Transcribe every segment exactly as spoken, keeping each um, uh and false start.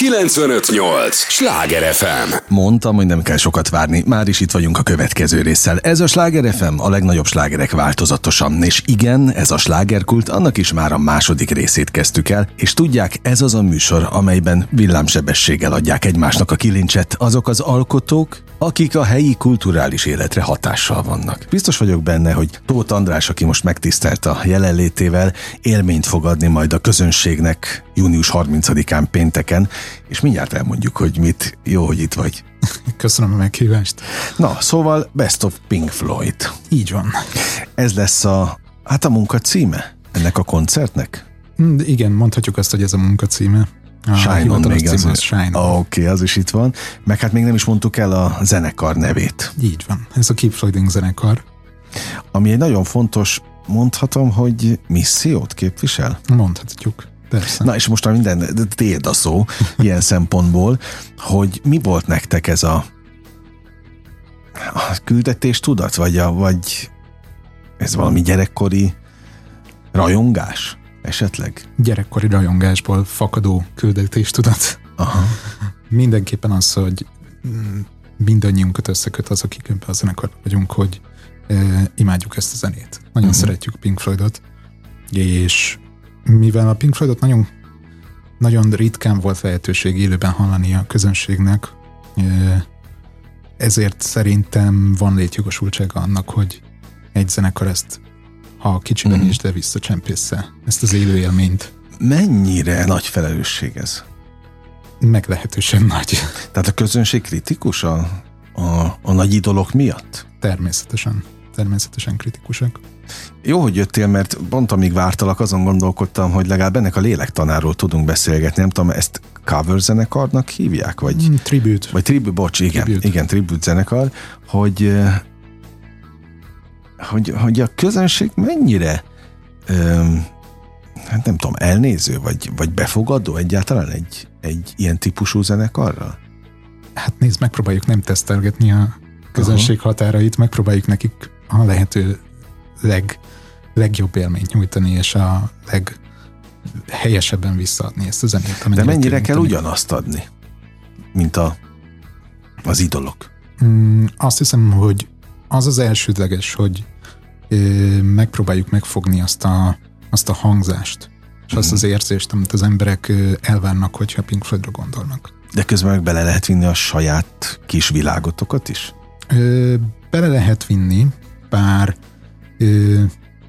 kilencvenöt nyolc Sláger ef em. Mondtam, hogy nem kell sokat várni, már is itt vagyunk a következő résszel. Ez a Sláger ef em, a legnagyobb slágerek változatosan. És igen, ez a slágerkult, annak is már a második részét kezdtük el, és tudják, ez az a műsor, amelyben villámsebességgel adják egymásnak a kilincset azok az alkotók, akik a helyi kulturális életre hatással vannak. Biztos vagyok benne, hogy Tóth András, aki most megtisztelt a jelenlétével, élményt fog adni majd a közönségnek június harmincadikán pénteken, és mindjárt elmondjuk, hogy mit. Jó, hogy itt vagy. Köszönöm a meghívást. Na, szóval Best of Pink Floyd. Így van. Ez lesz a, hát a munka címe ennek a koncertnek? De igen, mondhatjuk azt, hogy ez a munka címe. A Shine On még az, az Shine On. Oké, okay, az is itt van. Meg hát még nem is mondtuk el a zenekar nevét. Így van. Ez a Keep Floyding zenekar. Ami egy nagyon fontos, mondhatom, hogy missziót képvisel? Mondhatjuk. Persze. Na és most már minden tiéd a szó, ilyen szempontból, hogy mi volt nektek ez a, a küldetés tudat, vagy, a, vagy ez valami gyerekkori rajongás esetleg? Gyerekkori rajongásból fakadó küldetés tudat. Aha. Mindenképpen az, hogy mindannyiunkat összeköt az, akik ebben a zenekarban vagyunk, hogy e, imádjuk ezt a zenét. Nagyon uh-huh. szeretjük Pink Floydot, és mivel a Pink Floydot nagyon, nagyon ritkán volt lehetőség élőben hallani a közönségnek, ezért szerintem van létjogosultsága annak, hogy egy zenekar ezt, ha kicsiben mm. is, de visszacsempészze ezt az élő élményt. Mennyire nagy felelősség ez? Meglehetősen nagy. Tehát a közönség kritikus a, a, a nagy idolok miatt? Természetesen. Természetesen kritikusak. Jó, hogy jöttél, mert pont amíg vártalak, azon gondolkodtam, hogy legalább ennek a lélektanáról tudunk beszélgetni. Nem tudom, ezt cover zenekarnak hívják? Vagy mm, tribute. Vagy tribute, bocs, igen, tribute. igen, tribute zenekar, hogy, hogy, hogy a közönség mennyire öm, hát nem tudom, elnéző, vagy, vagy befogadó egyáltalán egy, egy ilyen típusú zenekarral? Hát nézd, megpróbáljuk nem tesztelgetni a közönség Aha. határait, megpróbáljuk nekik a lehető leg, legjobb élményt nyújtani, és a leghelyesebben visszaadni ezt a zenét. De mennyire kell ugyanazt adni, mint a, az idolok? Mm, azt hiszem, hogy az az elsődleges, hogy ö, megpróbáljuk megfogni azt a, azt a hangzást, és mm. azt az érzést, amit az emberek ö, elvárnak, hogyha Pink Floydra gondolnak. De közben meg bele lehet vinni a saját kis világotokat is? Ö, bele lehet vinni, bár ö,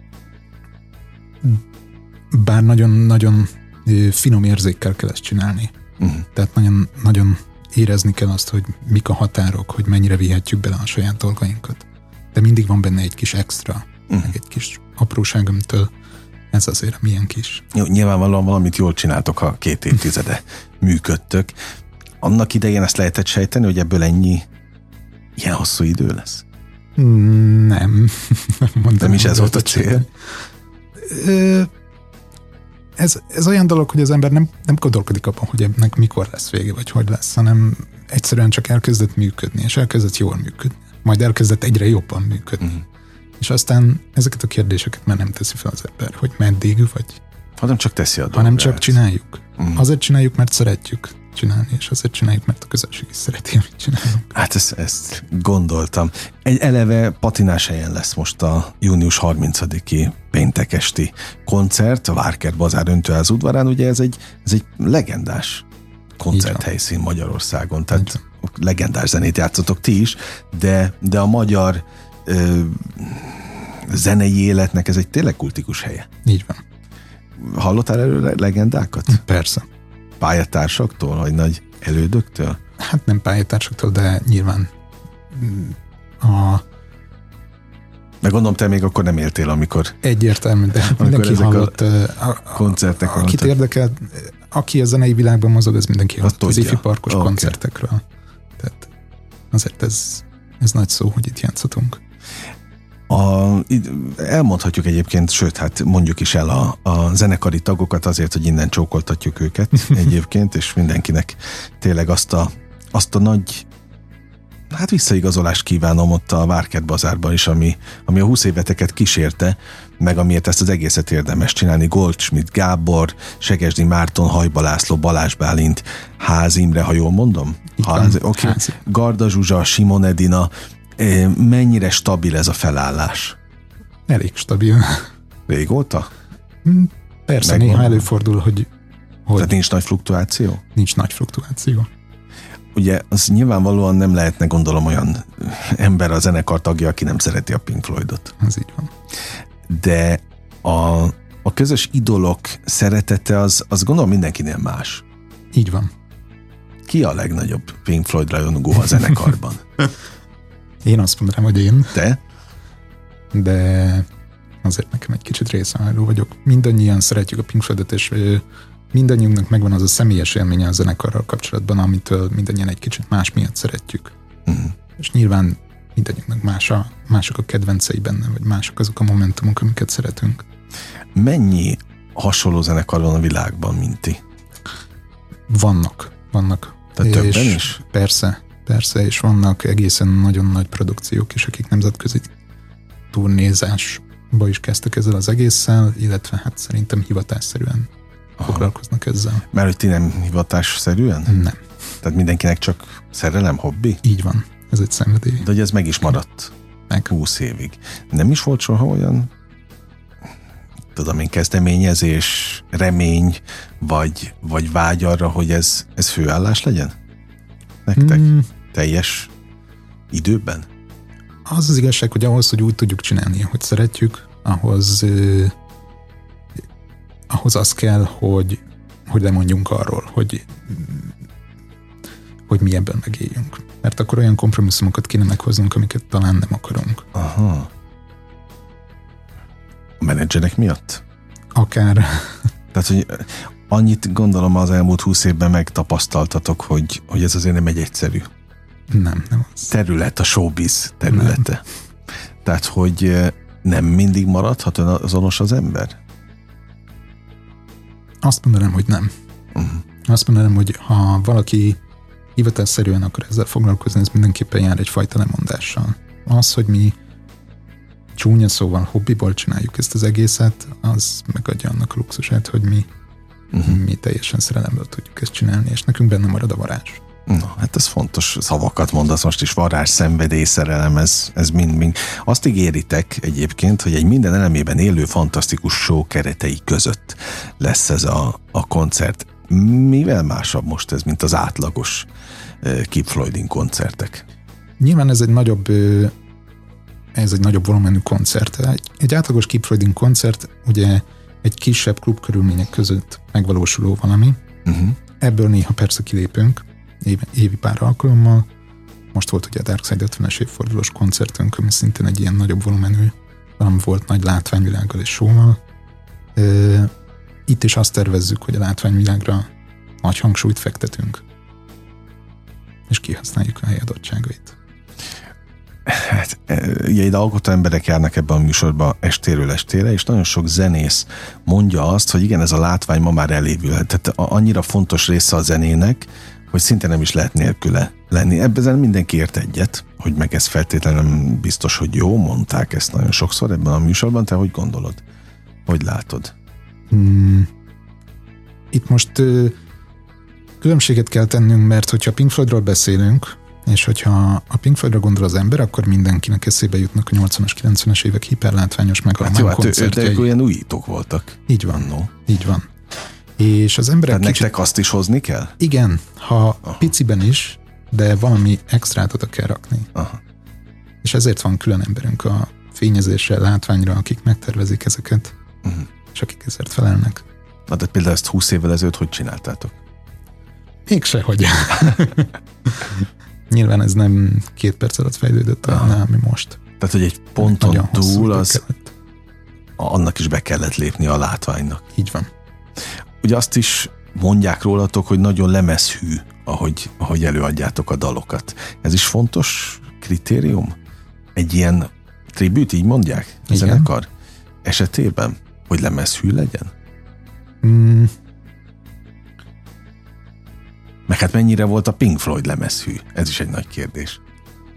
bár nagyon-nagyon finom érzékkel kell ezt csinálni. Uh-huh. Tehát nagyon, nagyon érezni kell azt, hogy mik a határok, hogy mennyire vihetjük bele a saját dolgainkat. De mindig van benne egy kis extra, uh-huh. meg egy kis apróság, amitől ez azért milyen kis. Jó, nyilvánvalóan valamit jól csináltok, ha két évtizede működtök. Annak idején ezt lehetett sejteni, hogy ebből ennyi ilyen hosszú idő lesz? Nem. Mondtam, nem is ez volt a cél? Ö, ez, ez olyan dolog, hogy az ember nem, nem gondolkodik abban, hogy ennek mikor lesz vége, vagy hogy lesz, hanem egyszerűen csak elkezdett működni, és elkezdett jól működni. Majd elkezdett egyre jobban működni. Uh-huh. És aztán ezeket a kérdéseket már nem teszi fel az ember, hogy meddig, vagy... Hanem csak teszi a dolgát. Hanem csak csináljuk. Uh-huh. Azért csináljuk, mert szeretjük csinálni, és azért csináljuk, mert a közönség is szereti, amit csinálunk. Hát ezt, ezt gondoltam. Egy eleve patinás helyen lesz most a június harmincadiki péntek esti koncert, a Várkert Bazár Öntőház udvarán, ugye ez egy, ez egy legendás koncerthelyszín Magyarországon, tehát legendás zenét játszotok ti is, de, de a magyar ö, zenei életnek ez egy tényleg kultikus helye. Így van. Hallottál erről legendákat? Persze. Pályatársaktól, vagy nagy elődöktől? Hát nem pályatársaktól, de nyilván a... Meg gondolom, te még akkor nem éltél, amikor... Egyértelmű, de mindenki hallott. A, a koncertek a, akit érdekel, aki a zenei világban mozog, az mindenki hallott az ifi parkos okay. koncertekről. Tehát azért ez, ez nagy szó, hogy itt játszhatunk. A, elmondhatjuk egyébként, sőt, hát mondjuk is el a, a zenekari tagokat azért, hogy innen csókoltatjuk őket egyébként, és mindenkinek tényleg azt a, azt a nagy hát visszaigazolást kívánom ott a Várkert bazárban is, ami, ami a húsz éveteket kísérte, meg amiért ezt az egészet érdemes csinálni. Goldschmidt Gábor, Segesdi Márton, Hajba László, Balázs Bálint, Ház Imre, ha jól mondom? Ház, okay. Garda Zsuzsa, Simon Edina. Mennyire stabil ez a felállás? Elég stabil. Régóta? Persze, Megmondom. Néha előfordul, hogy, hogy... Tehát nincs nagy fluktuáció? Nincs nagy fluktuáció. Ugye az nyilvánvalóan nem lehetne, gondolom, olyan ember a zenekar tagja, aki nem szereti a Pink Floydot. Ez így van. De a, a közös idolok szeretete az, az gondolom mindenkinél más. Így van. Ki a legnagyobb Pink Floyd rajongó a zenekarban? Én azt mondanám, hogy én. Te? De azért nekem egy kicsit részemellő vagyok. Mindannyian szeretjük a Pink Floydot, és mindannyiunknak megvan az a személyes élménye a zenekarral kapcsolatban, amitől mindannyian egy kicsit más miatt szeretjük. Uh-huh. És nyilván mindannyiunknak más a, mások a kedvencei benne, vagy mások azok a momentumok, amiket szeretünk. Mennyi hasonló zenekar van a világban, mint ti? Vannak, vannak. Tehát többen is? Persze, persze, és vannak egészen nagyon nagy produkciók is, akik nemzetközi turnézásba is kezdtek ezzel az egésszel, illetve hát szerintem hivatásszerűen Aha. foglalkoznak ezzel. Mert hogy ti nem hivatásszerűen? Nem. Tehát mindenkinek csak szerelem, hobbi? Így van, ez egy szenvedély. De hogy ez meg is maradt meg. húsz évig. Nem is volt soha olyan, tudom én, kezdeményezés, remény, vagy, vagy vágy arra, hogy ez, ez főállás legyen? Nektek? Mm. Teljes időben? Az az igazság, hogy ahhoz, hogy úgy tudjuk csinálni, hogy szeretjük, ahhoz, eh, ahhoz az kell, hogy, hogy lemondjunk arról, hogy, hogy mi ebben megéljünk. Mert akkor olyan kompromisszumokat kéne meghoznunk, amiket talán nem akarunk. Aha. A menedzserek miatt? Akár. Tehát, hogy annyit gondolom az elmúlt húsz évben megtapasztaltatok, hogy, hogy ez azért nem egy egyszerű nem, nem az. terület, a showbiz területe. Nem. Tehát, hogy nem mindig maradhat azonos az ember? Azt mondanám, hogy nem. Uh-huh. Azt mondanám, hogy ha valaki hivatásszerűen akar ezzel foglalkozni, ez mindenképpen jár egyfajta lemondással. Az, hogy mi csúnya szóval hobbiból csináljuk ezt az egészet, az megadja annak a luxusát, hogy mi, uh-huh. mi teljesen szerelemből tudjuk ezt csinálni, és nekünk benne marad a varázs. Na, hát ez fontos szavakat mondasz most is, varázs, szenvedély, szerelem, ez, ez mind-mind. Azt ígéritek egyébként, hogy egy minden elemében élő fantasztikus show keretei között lesz ez a, a koncert. Mivel másabb most ez, mint az átlagos uh, Keep Floyding koncertek? Nyilván ez egy nagyobb uh, ez egy nagyobb volumenű koncert. Egy, egy átlagos Keep Floyding koncert ugye egy kisebb klubkörülmények között megvalósuló valami. Uh-huh. Ebből néha persze kilépünk, évi, évi pár alkalommal. Most volt ugye a Dark Side ötvenes évfordulós koncertünk, ami szintén egy ilyen nagyobb volumenű, valami volt nagy látványvilággal és showval. Uh, itt is azt tervezzük, hogy a látványvilágra nagy hangsúlyt fektetünk, és kihasználjuk a helyadottságait. Hát, ugye ide alkotó emberek járnak ebben a műsorban estéről estére, és nagyon sok zenész mondja azt, hogy igen, ez a látvány ma már elévülhet. Tehát annyira fontos része a zenének, hogy szinte nem is lehet nélküle lenni. Ebben mindenki ért egyet, hogy meg ez feltétlenül nem biztos, hogy jó, mondták ezt nagyon sokszor ebben a műsorban. Te hogy gondolod? Hogy látod? Hmm. Itt most uh, különbséget kell tennünk, mert hogyha Pink Floydról beszélünk, és hogyha a Pink Floydra gondol az ember, akkor mindenkinek eszébe jutnak a nyolcvanas, kilencvenes évek hiperlátványos meghalmány hát koncertjei. Hát ők olyan újítók voltak. Így van, no. így van. És az emberek Tehát kicsit... nektek azt is hozni kell? Igen, ha Aha. piciben is, de valami extrát oda kell rakni. Aha. És ezért van külön emberünk a fényezésre, látványra, akik megtervezik ezeket, uh-huh. és akik ezért felelnek. Na de például ezt húsz évvel ezelőtt hogy csináltátok? Mégsehogy. Nyilván ez nem két perc alatt fejlődött el, ami most. Tehát, hogy egy ponton túl az annak is be kellett lépni a látványnak. Így van. Ugye azt is mondják rólatok, hogy nagyon lemezhű, ahogy, ahogy előadjátok a dalokat. Ez is fontos kritérium? Egy ilyen tribüt, így mondják? A zenekar esetében? Hogy lemezhű legyen? Mm. Meg hát mennyire volt a Pink Floyd lemezhű? Ez is egy nagy kérdés.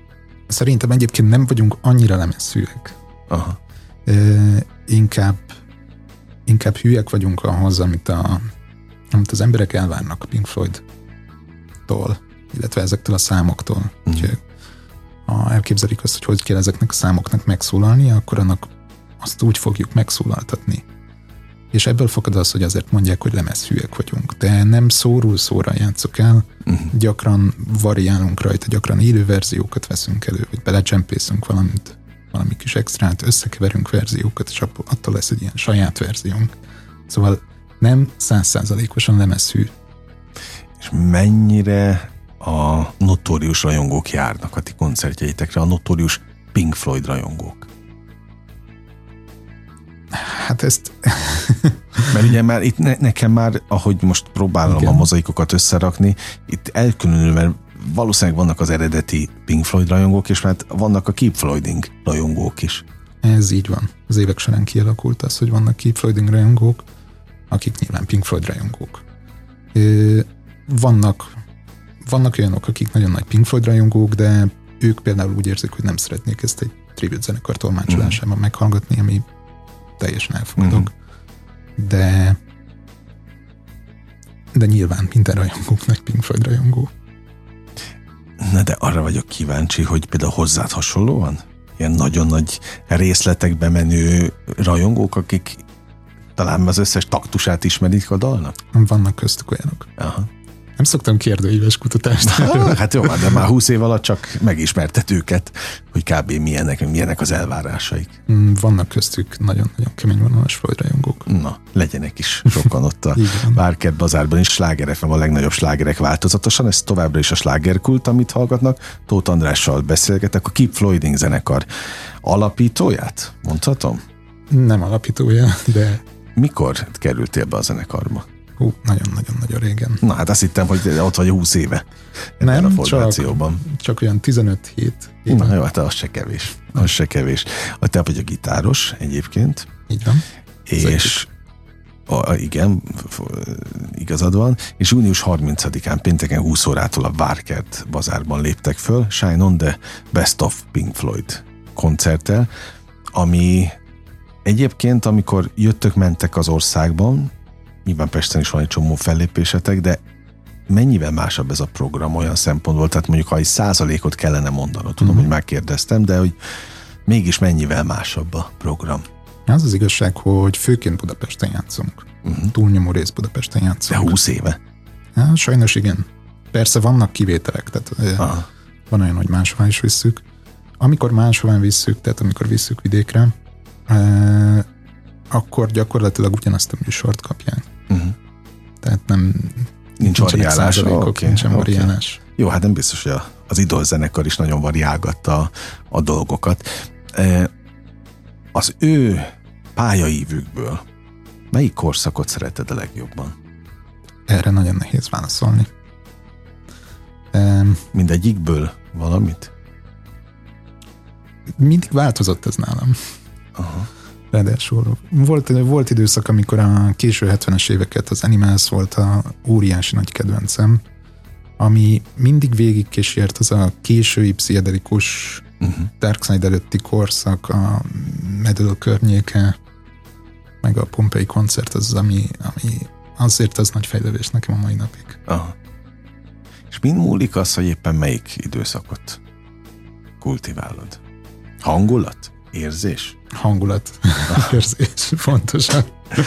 Szerintem egyébként nem vagyunk annyira lemezhűek. Aha. Ö, inkább, inkább hülyek vagyunk ahhoz, amit, a, amit az emberek elvárnak a Pink Floyd-tól, illetve ezektől a számoktól. Mm. Úgyhogy ha elképzelik azt, hogy hogy kell ezeknek a számoknak megszólalni, akkor annak azt úgy fogjuk megszólaltatni. És ebből fakad az, hogy azért mondják, hogy lemezhűek vagyunk. De nem szóról szóra játszok el, uh-huh. gyakran variálunk rajta, gyakran élő verziókat veszünk elő, vagy belecsempészünk valamit, valami kis extrát, összekeverünk verziókat, és attól lesz egy ilyen saját verziónk. Szóval nem száz százalékosan lemezhű. És mennyire a notórius rajongók járnak a ti koncertjeitekre, a notórius Pink Floyd rajongók? Hát ezt... Mert ugye már itt ne, nekem már, ahogy most próbálom Igen. a mozaikokat összerakni, itt elkülönül, mert valószínűleg vannak az eredeti Pink Floyd rajongók, és mert vannak a Keep Floyding rajongók is. Ez így van. Az évek során kialakult az, hogy vannak Keep Floyding rajongók, akik nyilván Pink Floyd rajongók. Vannak, vannak olyanok, akik nagyon nagy Pink Floyd rajongók, de ők például úgy érzik, hogy nem szeretnék ezt egy tribute zenekar tolmácsolásában mm. meghallgatni, ami teljesen elfogadok. Mm. De de nyilván minden rajongók nagy Pink Floyd rajongó. Na de arra vagyok kíváncsi, hogy például hozzád hasonlóan ilyen nagyon nagy részletekbe menő rajongók, akik talán az összes taktusát ismerik a dalnak? Vannak köztük olyanok. Aha. Nem szoktam kérdőíves kutatást. Ha, hát jó, de már húsz év alatt csak megismertet őket, hogy kb. milyenek, milyenek az elvárásaik. Vannak köztük nagyon-nagyon kemény vonalas Floyd rajongók. Na, legyenek is sokan ott a Várkert Bazárban is. Sláger ef em a legnagyobb slágerek változatosan, ez továbbra is a slágerkult, amit hallgatnak. Tóth Andrással beszélgetek, a Keep Floyding zenekar alapítóját, mondhatom? Nem alapítója, de... Mikor kerültél be a zenekarba? Hú, nagyon-nagyon-nagyon régen. Na hát azt hittem, hogy ott vagy húsz éve ebben Nem, a formációban. Csak, csak olyan tizenöt hét. Na jó, hát az se kevés. Az se kevés. Te vagy a gitáros egyébként. Így van. És a, igen, igazad van. És június harmincadikán pénteken húsz órától a Várkert Bazárban léptek föl Shine on the Best of Pink Floyd koncerttel, ami egyébként, amikor jöttök-mentek az országban, nyilván Pesten is van egy csomó fellépésetek, de mennyivel másabb ez a program olyan szempontból, tehát mondjuk ha egy százalékot kellene mondanod, tudom, mm-hmm. hogy megkérdeztem, de hogy mégis mennyivel másabb a program? Az az igazság, hogy főként Budapesten játszunk. Mm-hmm. Túlnyomó rész Budapesten játszunk. De húsz éve? Hát, sajnos igen. Persze vannak kivételek, tehát Aha. van olyan, hogy máshová is visszük. Amikor máshová visszük, tehát amikor visszük vidékre, eh, akkor gyakorlatilag ugyanazt a műsort kapják. Uh-huh. Tehát nem nincs variálás. Okay, nincsen okay. variálás. Jó, hát nem biztos, hogy a, az Idol zenekar is nagyon variálgatta a, a dolgokat. E, az ő pályaívükből melyik korszakot szereted a legjobban? Erre nagyon nehéz válaszolni. E, Mindegyikből valamit? Mindig változott ez nálam. Aha. Ráadásul volt, volt időszak, amikor a késő hetvenes éveket az Animals volt a óriási nagy kedvencem, ami mindig végig kísért, az a késői pszichedelikus uh-huh. Dark Side előtti korszak, a Medal környéke, meg a Pompei koncert, az ami, ami azért az nagy fejlődés nekem a mai napig. Aha. És mind múlik az, hogy éppen melyik időszakot kultiválod? Hangulat? Érzés? Hangulat. Érzés, pontosan.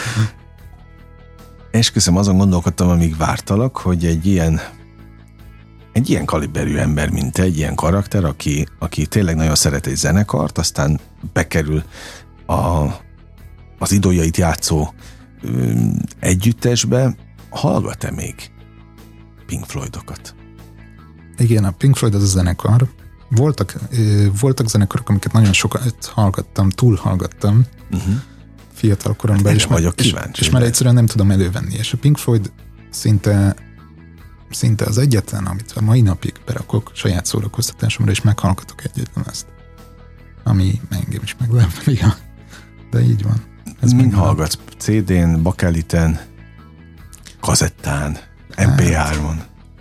Esküszöm, azon gondolkodtam, amíg vártalak, hogy egy ilyen egy ilyen kaliberű ember, mint te, egy ilyen karakter, aki, aki tényleg nagyon szeret egy zenekart, aztán bekerül a, az idoljait játszó ö, együttesbe, hallgat-e még Pink Floydokat? Igen, a Pink Floyd az a zenekar. Voltak, voltak zenekarok, amiket nagyon sokat hallgattam, túl hallgattam uh-huh. fiatal koromban, hát és, vagyok és, kíváncsi, és már egyszerűen nem tudom elővenni. És a Pink Floyd szinte, szinte az egyetlen, amit a mai napig berakok saját szórakoztatásomra, és meghallgatok egyetlen ezt. Ami engem is meglep. De így van. Ez mind hallgatsz? cé dén, bakeliten, kazettán, em pé hármon?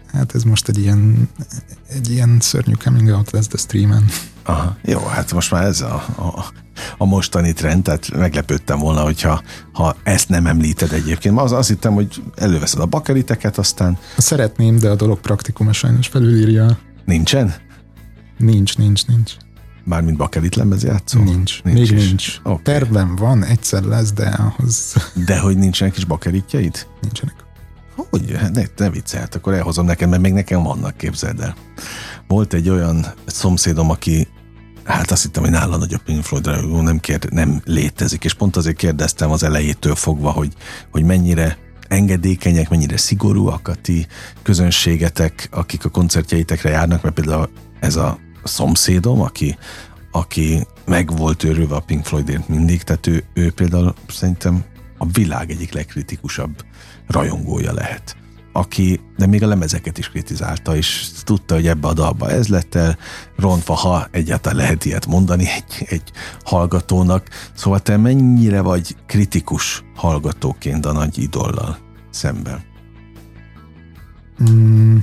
Hát ez most egy ilyen, egy ilyen szörnyű coming out lesz a streamen. Aha, jó, hát most már ez a, a, a mostani trend, tehát meglepődtem volna, hogyha ha ezt nem említed egyébként. Ma az, azt hittem, hogy előveszed a bakeliteket, aztán... Szeretném, de a dolog praktikuma sajnos felülírja. Nincsen? Nincs, nincs, nincs. Mármint bakelit lemez játszó? Nincs, nincs még is. Nincs. Okay. Tervem van, egyszer lesz, de ahhoz... De hogy nincsenek is bakelitjeid? Nincsenek. Hogy? Ne, ne viccelt, akkor elhozom neked, mert még nekem vannak, képzeld el. Volt egy olyan szomszédom, aki, hát azt hittem, hogy nála nagyobb Pink Floydra nem, kérd, nem létezik, és pont azért kérdeztem az elejétől fogva, hogy, hogy mennyire engedékenyek, mennyire szigorúak a ti közönségetek, akik a koncertjeitekre járnak, mert például ez a szomszédom, aki, aki meg volt őrülve a Pink Floydért mindig, tehát ő, ő például szerintem a világ egyik legkritikusabb rajongója lehet. Aki, de még a lemezeket is kritizálta, és tudta, hogy ebbe a dalba ez lett el rontva, ha egyáltalán lehet ilyet mondani egy, egy hallgatónak. Szóval te mennyire vagy kritikus hallgatóként a nagy idollal szemben? Mm.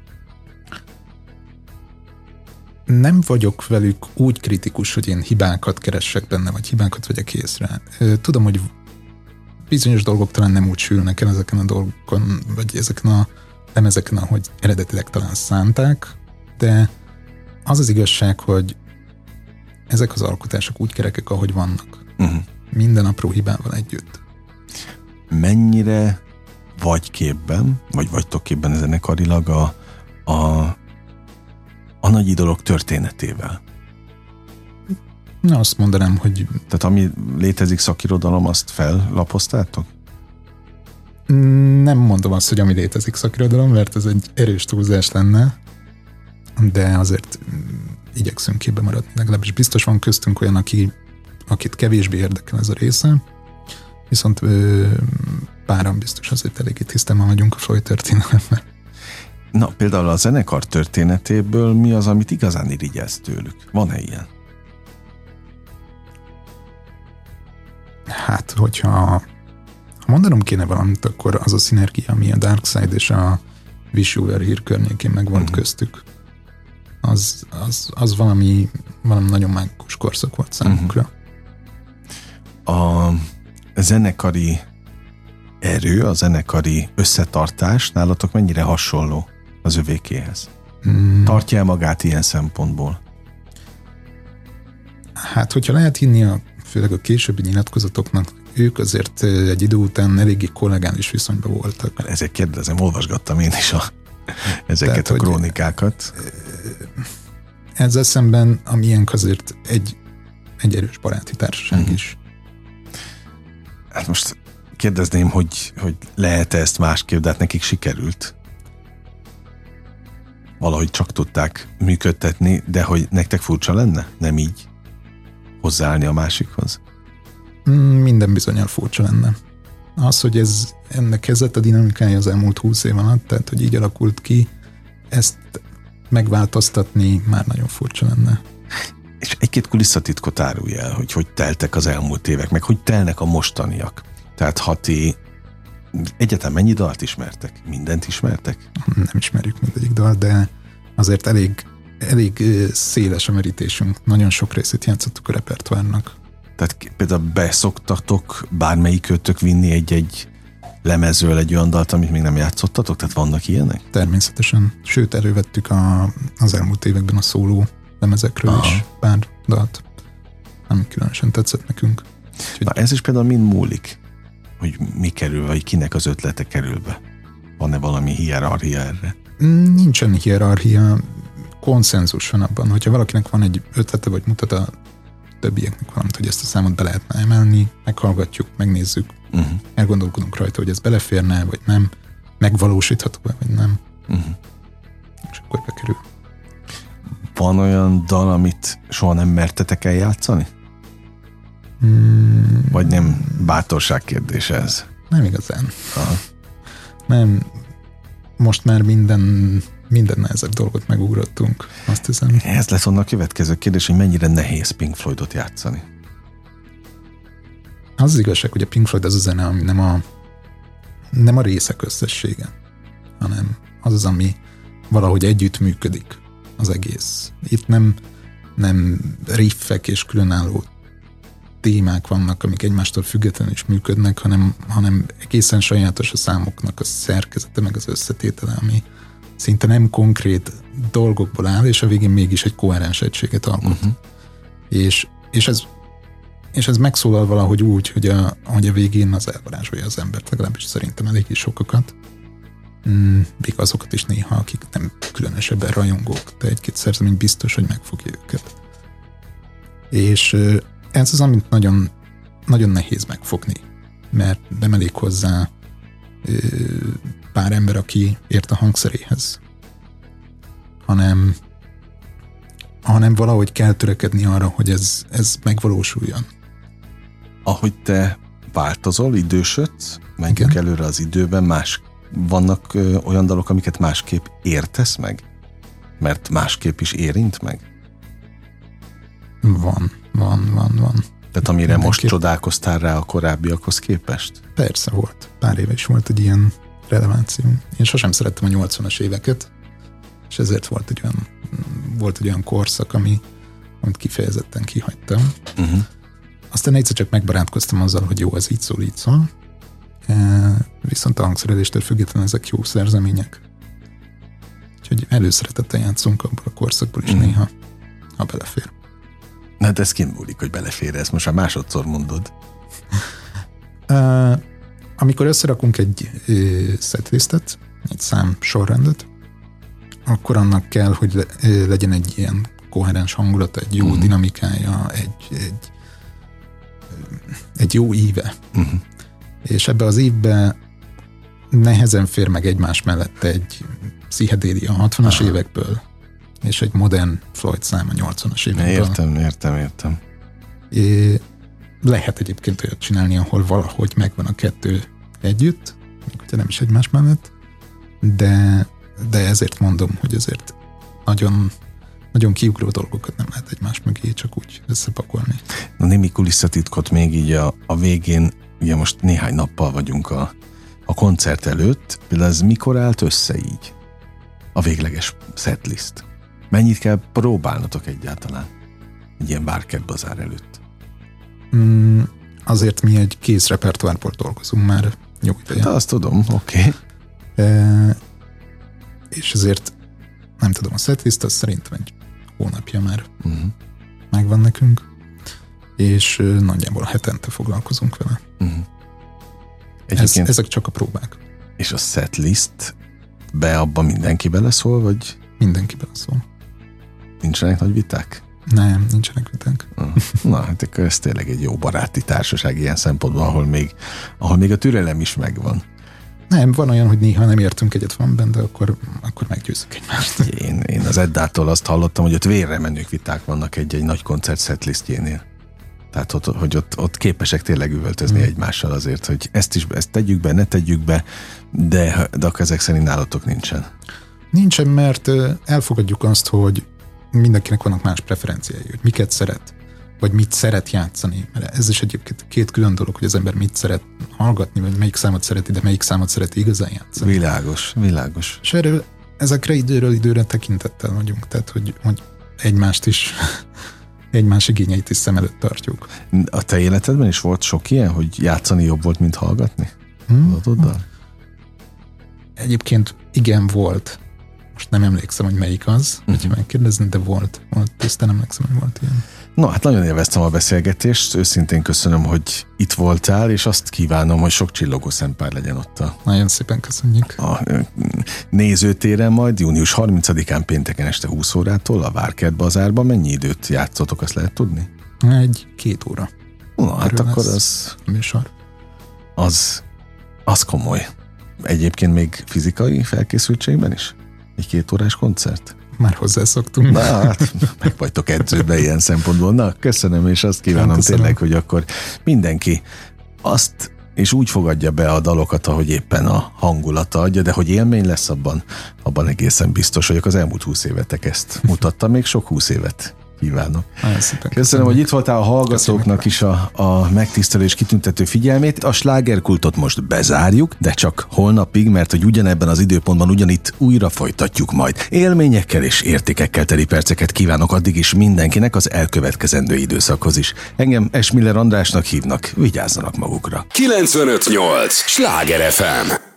Nem vagyok velük úgy kritikus, hogy én hibákat keressek benne, vagy hibákat vegyek észre. Tudom, hogy bizonyos dolgok talán nem úgy sülnek el ezeken a dolgokon, vagy ezeken a lemezeken, ahogy eredetileg talán szánták, de az az igazság, hogy ezek az alkotások úgy kerekek, ahogy vannak. Uh-huh. Minden apró hibával együtt. Mennyire vagy képben, vagy vagytok képben zenekarilag a, a, a nagy idolok történetével? Na, azt mondanám, hogy... Tehát ami létezik szakirodalom, azt fellapoztátok? Nem mondom azt, hogy ami létezik szakirodalom, mert ez egy erős túlzás lenne, de azért igyekszünk képbe maradni. Legalábbis biztos van köztünk olyan, aki, akit kevésbé érdekel ez a része, viszont páran biztos azért eléggé tisztában vagyunk a Floyd történelemben. Na, például a zenekar történetéből mi az, amit igazán irigyelsz tőlük? Van-e ilyen? Hát, hogyha ha mondanom kéne valamit, akkor az a szinergia, ami a Dark Side és a Wish You Were Here környékén megvolt uh-huh. köztük, az, az, az valami, valami nagyon mágikus korszak volt számunkra. Uh-huh. A zenekari erő, a zenekari összetartás nálatok mennyire hasonló az övékéhez? Mm. Tartja el magát ilyen szempontból? Hát, hogyha lehet hinni a főleg a későbbi nyilatkozatoknak, ők azért egy idő után eléggé kollégális viszonyban voltak. Ezért kérdezem, olvasgattam én is a, ezeket Tehát, a krónikákat. Ezzel szemben a miénk azért egy, egy erős baráti társaság uh-huh. is. Hát most kérdezném, hogy, hogy lehet-e ezt másképp, de hát nekik sikerült. Valahogy csak tudták működtetni, de hogy nektek furcsa lenne? Nem így hozzáállni a másikhoz? Minden bizonnyal furcsa lenne. Az, hogy ez ennek kezdett a dinamikája az elmúlt húsz év alatt, tehát hogy így alakult ki, ezt megváltoztatni már nagyon furcsa lenne. És egy-két kulisszatitkot árulj el, hogy hogy teltek az elmúlt évek, meg hogy telnek a mostaniak. Tehát ha ti egyáltalán mennyi dalt ismertek? Mindent ismertek? Nem ismerjük mindegyik dalt, de azért elég, elég széles a merítésünk. Nagyon sok részét játszottuk a repertoárnak. Tehát például beszoktatok bármelyik kötök vinni egy-egy lemezről egy olyan dalt, amit még nem játszottatok? Tehát vannak ilyenek? Természetesen. Sőt, elővettük a, az elmúlt években a szóló lemezekről Aha. is pár dalt, ami különösen tetszett nekünk. Úgyhogy... Na, ez is például mind múlik, hogy mi kerül, vagy kinek az ötlete kerül be. Van-e valami hierarchia erre? Nincsen hierarchia, konszenzus van abban, hogyha valakinek van egy ötlete, vagy mutat a többieknek valamit, hogy ezt a számot be lehetne emelni, meghallgatjuk, megnézzük, uh-huh. elgondolkodunk rajta, hogy ez beleférne, vagy nem, megvalósítható, vagy nem. Uh-huh. És akkor bekerül. Van olyan dal, amit soha nem mertetek el játszani? Hmm. Vagy nem bátorság kérdése ez? Nem igazán. Aha. Nem. Most már minden, minden nehezebb dolgot megugrottunk, azt hiszem. Ez lesz onnan a következő kérdés, hogy mennyire nehéz Pink Floydot játszani? Az, az igazság, hogy a Pink Floyd az a zene, ami nem a, nem a részek összessége, hanem az az, ami, valahogy együtt működik az egész. Itt nem, nem riffek és különálló témák vannak, amik egymástól függetlenül is működnek, hanem, hanem egészen sajátos a számoknak a szerkezete, meg az összetétele, ami szinte nem konkrét dolgokból áll, és a végén mégis egy koherens egységet alkot. Uh-huh. És, és, ez, és ez megszólal valahogy úgy, hogy a, hogy a végén az elvarázsolja az embert, legalábbis szerintem eléggé sokakat. Mm, még azokat is néha, akik nem különösebben rajongók, de egy-két szerzemény biztos, hogy megfogja őket. És ez az, amit nagyon, nagyon nehéz megfogni, mert nem elég hozzá pár ember, aki ért a hangszeréhez, hanem, hanem valahogy kell törekedni arra, hogy ez, ez megvalósuljon. Ahogy te változol, idősödsz, menjünk Igen. előre az időben, más vannak ö, olyan dalok, amiket másképp értesz meg? Mert másképp is érint meg? Van, van, van, van. Tehát amire most csodálkoztál rá a korábbiakhoz képest? Persze volt. Pár éve is volt egy ilyen releváció. Én sosem szerettem a nyolcvanas éveket, és ezért volt egy olyan, volt egy olyan korszak, ami, amit kifejezetten kihagytam. Uh-huh. Aztán egyszer csak megbarátkoztam azzal, hogy jó, az így szól, így szól. E, viszont a hangszereléstől függetlenül ezek jó szerzemények. Úgyhogy előszeretettel játszunk abból a korszakból is uh-huh. néha, ha belefér. Na, de ez kint múlik, hogy belefér, ezt most már másodszor mondod. Uh, amikor összerakunk egy uh, setlistet, egy szám sorrendet, akkor annak kell, hogy le, uh, legyen egy ilyen koherens hangulata, egy jó uh-huh. dinamikája, egy, egy, egy jó íve. Uh-huh. És ebbe az ívbe nehezen fér meg egymás mellett egy pszichedélia a hatvanas Aha. évekből, és egy modern Floyd szám a nyolcvanas évekből. Értem, értem, értem. É, lehet egyébként olyat csinálni, ahol valahogy megvan a kettő együtt, még hogyha nem is egymás mellett, de, de ezért mondom, hogy ezért nagyon, nagyon kiugró dolgokat nem lehet egymás mögé csak úgy összepakolni. Na, némi kulisszatitkot még így a, a végén, ugye most néhány nappal vagyunk a, a koncert előtt, például ez mikor állt össze így? A végleges setlist. Mennyit kell próbálnotok egyáltalán egy ilyen Várkert Bazár előtt? Mm, azért mi egy kész repertoárból dolgozunk már jó ideje. De azt tudom, oké. Okay. E, és ezért nem tudom, a setlist az szerintem egy hónapja már uh-huh. megvan nekünk, és nagyjából hetente foglalkozunk vele. Uh-huh. Ez, ezek csak a próbák. És a setlist be abban mindenki beleszól, vagy? Mindenki beleszól. Nincsenek nagy viták? Nem, nincsenek viták. Na, hát akkor ez tényleg egy jó baráti társaság ilyen szempontból, ahol még, ahol még a türelem is megvan. Nem, van olyan, hogy néha nem értünk egyet valamiben, de akkor, akkor meggyőzzük egymást. Én, én az Eddától azt hallottam, hogy ott vérre menő viták vannak egy-egy nagy koncert setlistjénél. Tehát ott, hogy ott, ott képesek tényleg üvöltözni hmm. egymással azért, hogy ezt is ezt tegyük be, ne tegyük be, de, de akkor ezek szerint nálatok nincsen. Nincsen, mert elfogadjuk azt, hogy mindenkinek vannak más preferenciái, hogy miket szeret, vagy mit szeret játszani. Mert ez is egyébként két külön dolog, hogy az ember mit szeret hallgatni, vagy melyik számot szereti, de melyik számot szereti igazán játszani. Világos, világos. És erről, ezekre időről időre tekintettel vagyunk, tehát hogy, hogy egymást is, egymás igényeit is szem előtt tartjuk. A te életedben is volt sok ilyen, hogy játszani jobb volt, mint hallgatni? Hmm. Egyébként igen, volt. Most nem emlékszem, hogy melyik az, uh-huh. hogyha megkérdezni, de volt. volt. Tisztán emlékszem, hogy volt ilyen. No, hát nagyon élveztem a beszélgetést, őszintén köszönöm, hogy itt voltál, és azt kívánom, hogy sok csillogó szempár legyen ott a... Nagyon szépen köszönjük. A nézőtéren majd június harmincadikán pénteken este húsz órától a Várkert Bazárban. Mennyi időt játszotok, azt lehet tudni? Egy-két óra. Na, hát akkor az... Műsor. Az... Az komoly. Egyébként még fizikai felkészültségben is? Egy két órás koncert? Már hozzászoktunk. Na, hát meg vagytok edződve ilyen szempontból. Na, köszönöm, és azt kívánom köszönöm. Tényleg, hogy akkor mindenki azt és úgy fogadja be a dalokat, ahogy éppen a hangulata adja, de hogy élmény lesz abban, abban egészen biztos vagyok. Az elmúlt húsz évetek ezt mutatta, még sok húsz évet kívánom. Nagyon szépen Köszönöm, hogy itt voltál, a hallgatóknak is a, a megtisztelő és kitüntető figyelmét. A slágerkultot most bezárjuk, de csak holnapig, mert hogy ugyanebben az időpontban ugyanitt újra folytatjuk majd. Élményekkel és értékekkel teli perceket kívánok addig is mindenkinek az elkövetkezendő időszakhoz is. Engem Esmiller Andrásnak hívnak, vigyázzanak magukra. kilencvenöt nyolc Sláger ef em